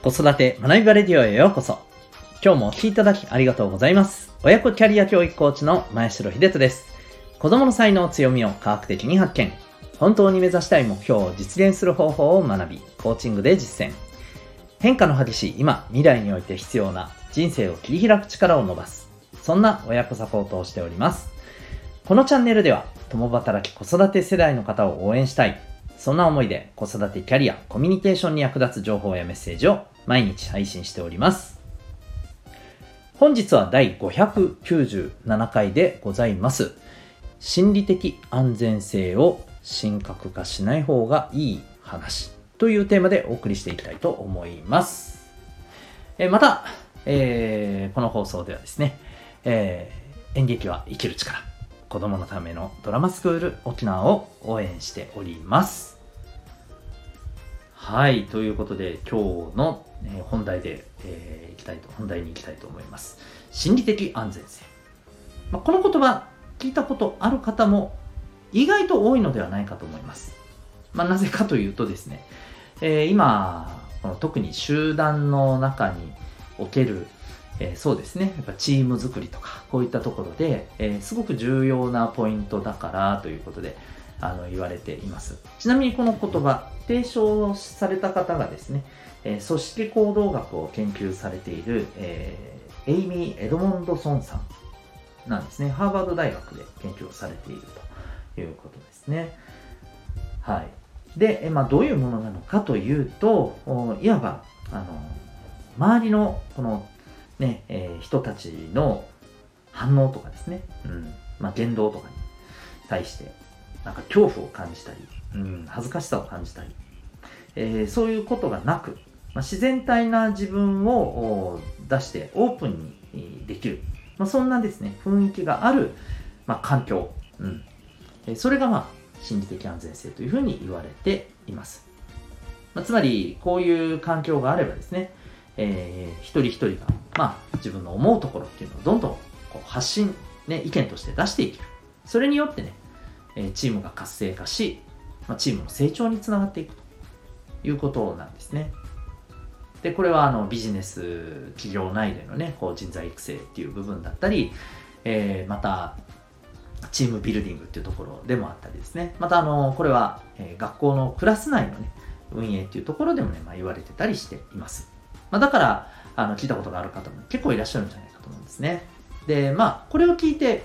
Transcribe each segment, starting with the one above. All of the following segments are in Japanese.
子育て学びバレディオへようこそ。今日もお聞きいただきありがとうございます。親子キャリア教育コーチの前城秀人です。子供の才能強みを科学的に発見。本当に目指したい目標を実現する方法を学び、コーチングで実践。変化の激しい今、未来において必要な人生を切り開く力を伸ばす。そんな親子サポートをしております。このチャンネルでは、共働き子育て世代の方を応援したい。そんな思いで子育てキャリア、コミュニケーションに役立つ情報やメッセージを毎日配信しております。本日は第597回でございます。心理的安全性を神格化しない方がいい話というテーマでお送りしていきたいと思います。また、この放送ではですね、演劇は生きる力、子供のためのドラマスクール沖縄を応援しております。はい、ということで今日の本題に行きたいと思います。心理的安全性。この言葉聞いたことある方も意外と多いのではないかと思います。なぜかというとですね、今特に集団の中におけるそうですね、やっぱチーム作りとかこういったところで、すごく重要なポイントだからということで言われています。ちなみにこの言葉提唱された方がですね、組織行動学を研究されている、エイミー・エドモンドソンさんなんですね。ハーバード大学で研究をされているということですね。はい。で、どういうものなのかというと、いわば周りのこのね、人たちの反応とかですね、言動とかに対して恐怖を感じたり、恥ずかしさを感じたり、そういうことがなく、自然体な自分を出してオープンにできる、そんなですね雰囲気がある、環境、それが心理的安全性というふうに言われています。つまりこういう環境があればですね、一人一人が、自分の思うところっていうのをどんどん発信、意見として出していける。それによってね、チームが活性化し、チームの成長につながっていくということなんですね。で、これはビジネス企業内でのね、人材育成っていう部分だったり、またチームビルディングっていうところでもあったりですね。またこれは、学校のクラス内のね運営っていうところでもね、言われてたりしています。だから聞いたことがある方も結構いらっしゃるんじゃないかと思うんですね。で、これを聞いて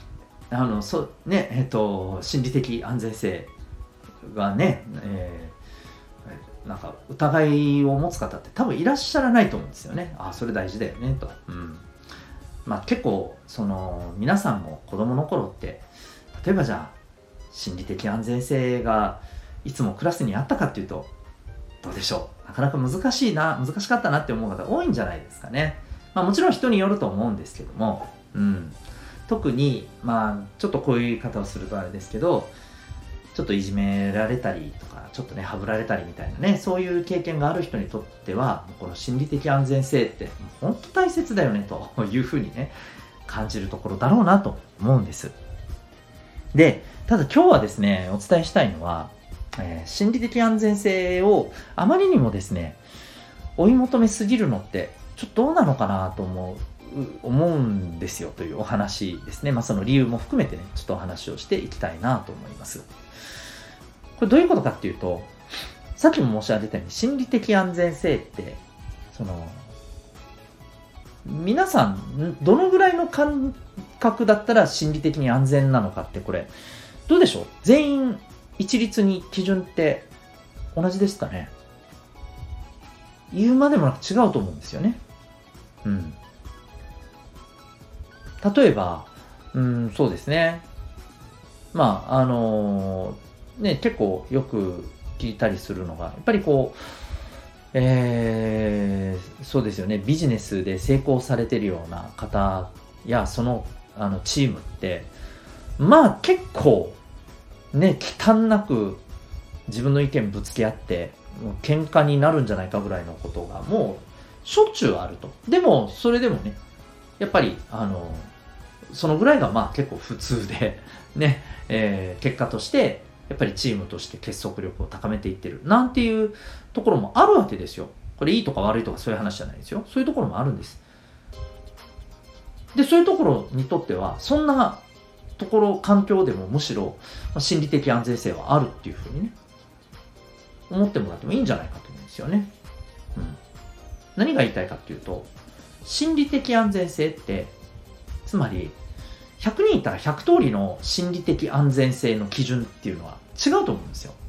心理的安全性がね、疑いを持つ方って多分いらっしゃらないと思うんですよね。それ大事だよねと。結構皆さんも子供の頃って例えばじゃあ心理的安全性がいつもクラスにあったかっていうとどうでしょう。なかなか難しかったなって思う方多いんじゃないですかね。もちろん人によると思うんですけども、特にちょっとこういう言い方をするとあれですけど、ちょっといじめられたりとかちょっとねはぶられたりみたいなね、そういう経験がある人にとってはこの心理的安全性って本当大切だよねというふうにね感じるところだろうなと思うんです。で、ただ今日はですねお伝えしたいのは、心理的安全性をあまりにもですね追い求めすぎるのってちょっとどうなのかなと思うんですよというお話ですね。その理由も含めてねちょっとお話をしていきたいなと思います。これどういうことかっていうと、さっきも申し上げたように心理的安全性って皆さんどのぐらいの感覚だったら心理的に安全なのかって、これどうでしょう。全員一律に基準って同じですかね。言うまでもなく違うと思うんですよね。例えばそうですね、結構よく聞いたりするのがやっぱりそうですよね、ビジネスで成功されてるような方やそのチームって結構ね忌憚なく自分の意見ぶつけ合って喧嘩になるんじゃないかぐらいのことがもうしょっちゅうあると。でもそれでもねやっぱりそのぐらいが結構普通でね、結果としてやっぱりチームとして結束力を高めていってるなんていうところもあるわけですよ。 これいいとか悪いとかそういう話じゃないですよ。そういうところもあるんです。で、そういうところにとっては、そんなところ、環境でもむしろ心理的安全性はあるっていうふうにね、思ってもらってもいいんじゃないかと思うんですよね。何が言いたいかっていうと、心理的安全性って、つまり、100人いたら100通りの心理的安全性の基準っていうのは違うと思うんですよ。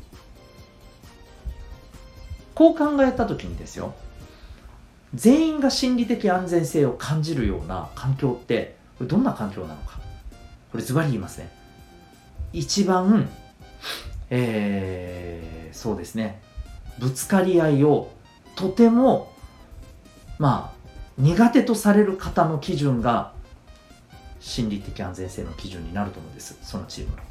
こう考えたときにですよ、全員が心理的安全性を感じるような環境って、これどんな環境なのか。これズバリ言いますね。一番、そうですね、ぶつかり合いをとても、苦手とされる方の基準が心理的安全性の基準になると思うんです。そのチームの。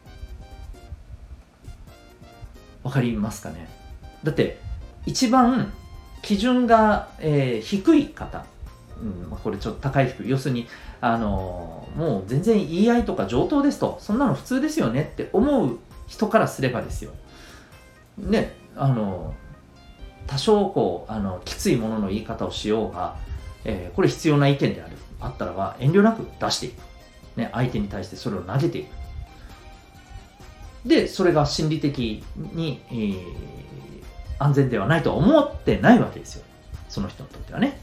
わかりますかね。だって一番基準が、低い方、これちょっと高い低い、要するにもう全然言い合いとか上等ですと、そんなの普通ですよねって思う人からすればですよね、多少きついものの言い方をしようが、これ必要な意見であったらば遠慮なく出していく、ね、相手に対してそれを投げていく。でそれが心理的に、安全ではないとは思ってないわけですよ、その人にとってはね。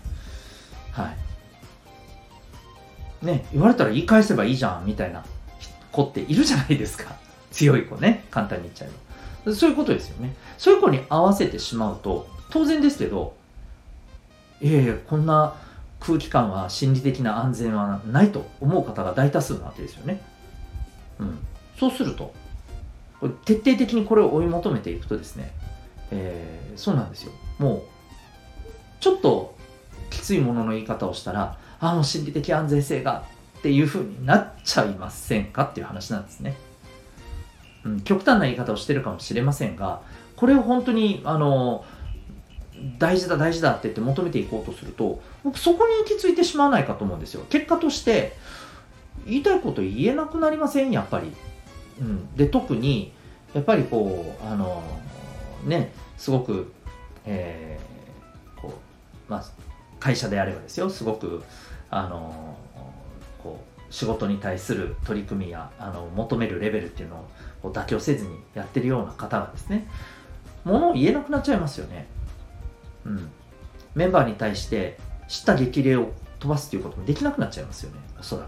ね、言われたら言い返せばいいじゃんみたいな子っているじゃないですか。強い子ね、簡単に言っちゃえば。そういうことですよね。そういう子に合わせてしまうと、当然ですけど、こんな空気感は心理的な安全はないと思う方が大多数なわけですよね。そうすると、これ徹底的にこれを追い求めていくとですね、そうなんですよ。もう、ちょっときついものの言い方をしたら、もう心理的安全性がっていう風になっちゃいませんかっていう話なんですね。極端な言い方をしてるかもしれませんが、これを本当に大事だ大事だって言って求めていこうとすると、僕そこに行き着いてしまわないかと思うんですよ。結果として言いたいこと言えなくなりませんやっぱり。で特にやっぱりこうすごく、会社であればですよ、すごく仕事に対する取り組みや求めるレベルっていうのを妥協せずにやってるような方がですね、ものを言えなくなっちゃいますよね。メンバーに対して叱咤激励を飛ばすということもできなくなっちゃいますよね、おそら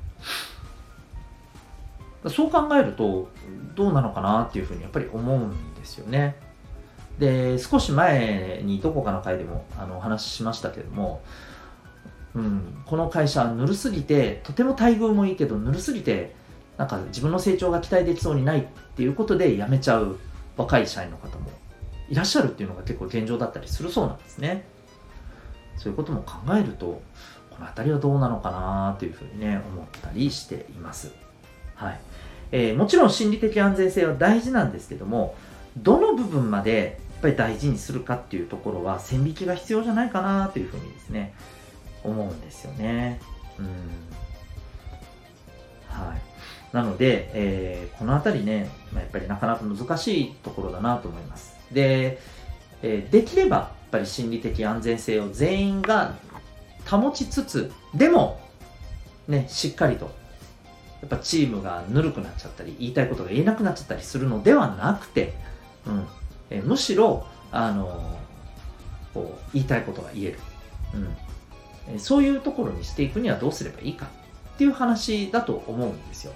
く。そう考えるとどうなのかなっていうふうにやっぱり思うんですよね。で少し前にどこかの回でもお話ししましたけれども、この会社ぬるすぎて、とても待遇もいいけどぬるすぎてなんか自分の成長が期待できそうにないっていうことで辞めちゃう若い社員の方もいらっしゃるっていうのが結構現状だったりするそうなんですね。そういうことも考えると、この辺りはどうなのかなというふうにね思ったりしています。もちろん心理的安全性は大事なんですけども、どの部分までやっぱり大事にするかっていうところは線引きが必要じゃないかなというふうにですね思うんですよね。なので、このあたりね、やっぱりなかなか難しいところだなと思います。で、できればやっぱり心理的安全性を全員が保ちつつ、でもねしっかりとやっぱチームがぬるくなっちゃったり、言いたいことが言えなくなっちゃったりするのではなくて、むしろ言いたいことが言える、そういうところにしていくにはどうすればいいかっていう話だと思うんですよ。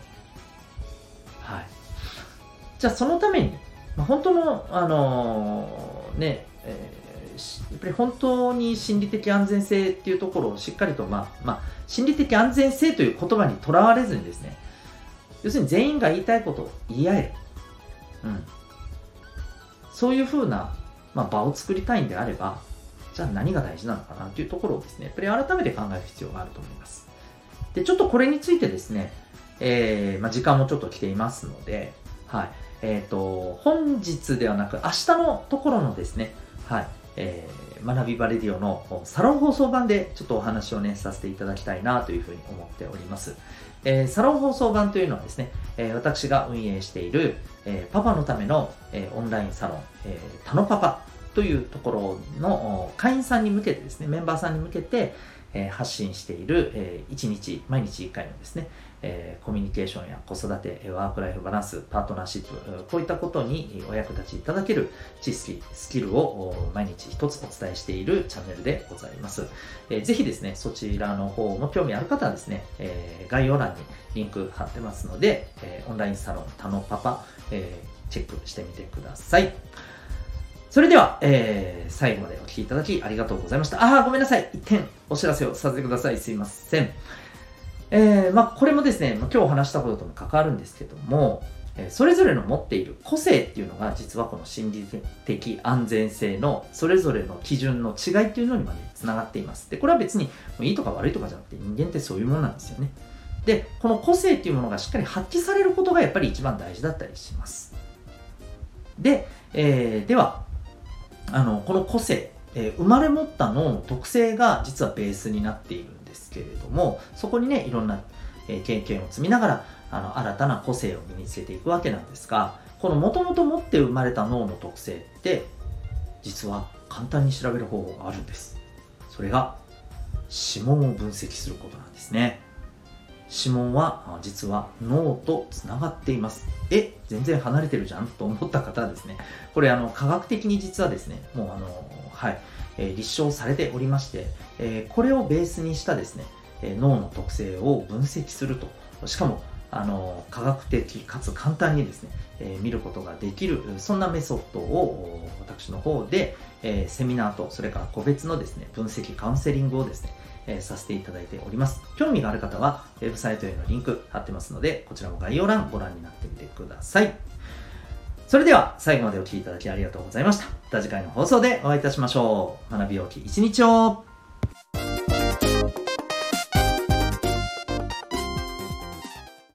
じゃあそのために、本当のやっぱり本当に心理的安全性っていうところをしっかりと心理的安全性という言葉にとらわれずにですね、要するに全員が言いたいことを言い合える、そういうふうな、場を作りたいんであれば、じゃあ何が大事なのかなというところをですね、やっぱり改めて考える必要があると思います。でちょっとこれについてですね、時間もちょっと来ていますので、本日ではなく明日のところのですね、学びバレディオのサロン放送版でちょっとお話をねさせていただきたいなというふうに思っております。サロン放送版というのはですね、私が運営している、パパのための、オンラインサロン、タノパパというところの会員さんに向けてですね、メンバーさんに向けて、発信している、毎日1回のですね、コミュニケーションや子育て、ワークライフバランス、パートナーシップ、こういったことにお役立ちいただける知識、スキルを毎日一つお伝えしているチャンネルでございます。ぜひですね、そちらの方も興味ある方はですね、概要欄にリンク貼ってますので、オンラインサロンたのパパ、チェックしてみてください。それでは、最後までお聞きいただきありがとうございました。ごめんなさい。一点お知らせをさせてください。すいません。これもですね、今日お話したこととも関わるんですけども、それぞれの持っている個性っていうのが実はこの心理的安全性のそれぞれの基準の違いっていうのにまでつながっています。で、これは別にいいとか悪いとかじゃなくて人間ってそういうものなんですよね。で、この個性っていうものがしっかり発揮されることがやっぱり一番大事だったりします。で、では、この個性、生まれ持った脳の特性が実はベースになっているんですけれども、そこにね、いろんな経験を積みながら、新たな個性を身につけていくわけなんですが、この元々持って生まれた脳の特性って、実は簡単に調べる方法があるんです。それが、指紋を分析することなんですね。指紋は実は脳とつながっています。全然離れてるじゃんと思った方はですね、これ科学的に実はですね、もう立証されておりまして、これをベースにしたですね、脳の特性を分析すると、しかも科学的かつ簡単にですね、見ることができる、そんなメソッドを私の方で、セミナーとそれから個別のですね、分析カウンセリングをですね、させていただいております。興味がある方はウェブサイトへのリンク貼ってますので、こちらも概要欄ご覧になってみてください。それでは最後までお聞きいただきありがとうございました。また次回の放送でお会いいたしましょう。学びようき一日を。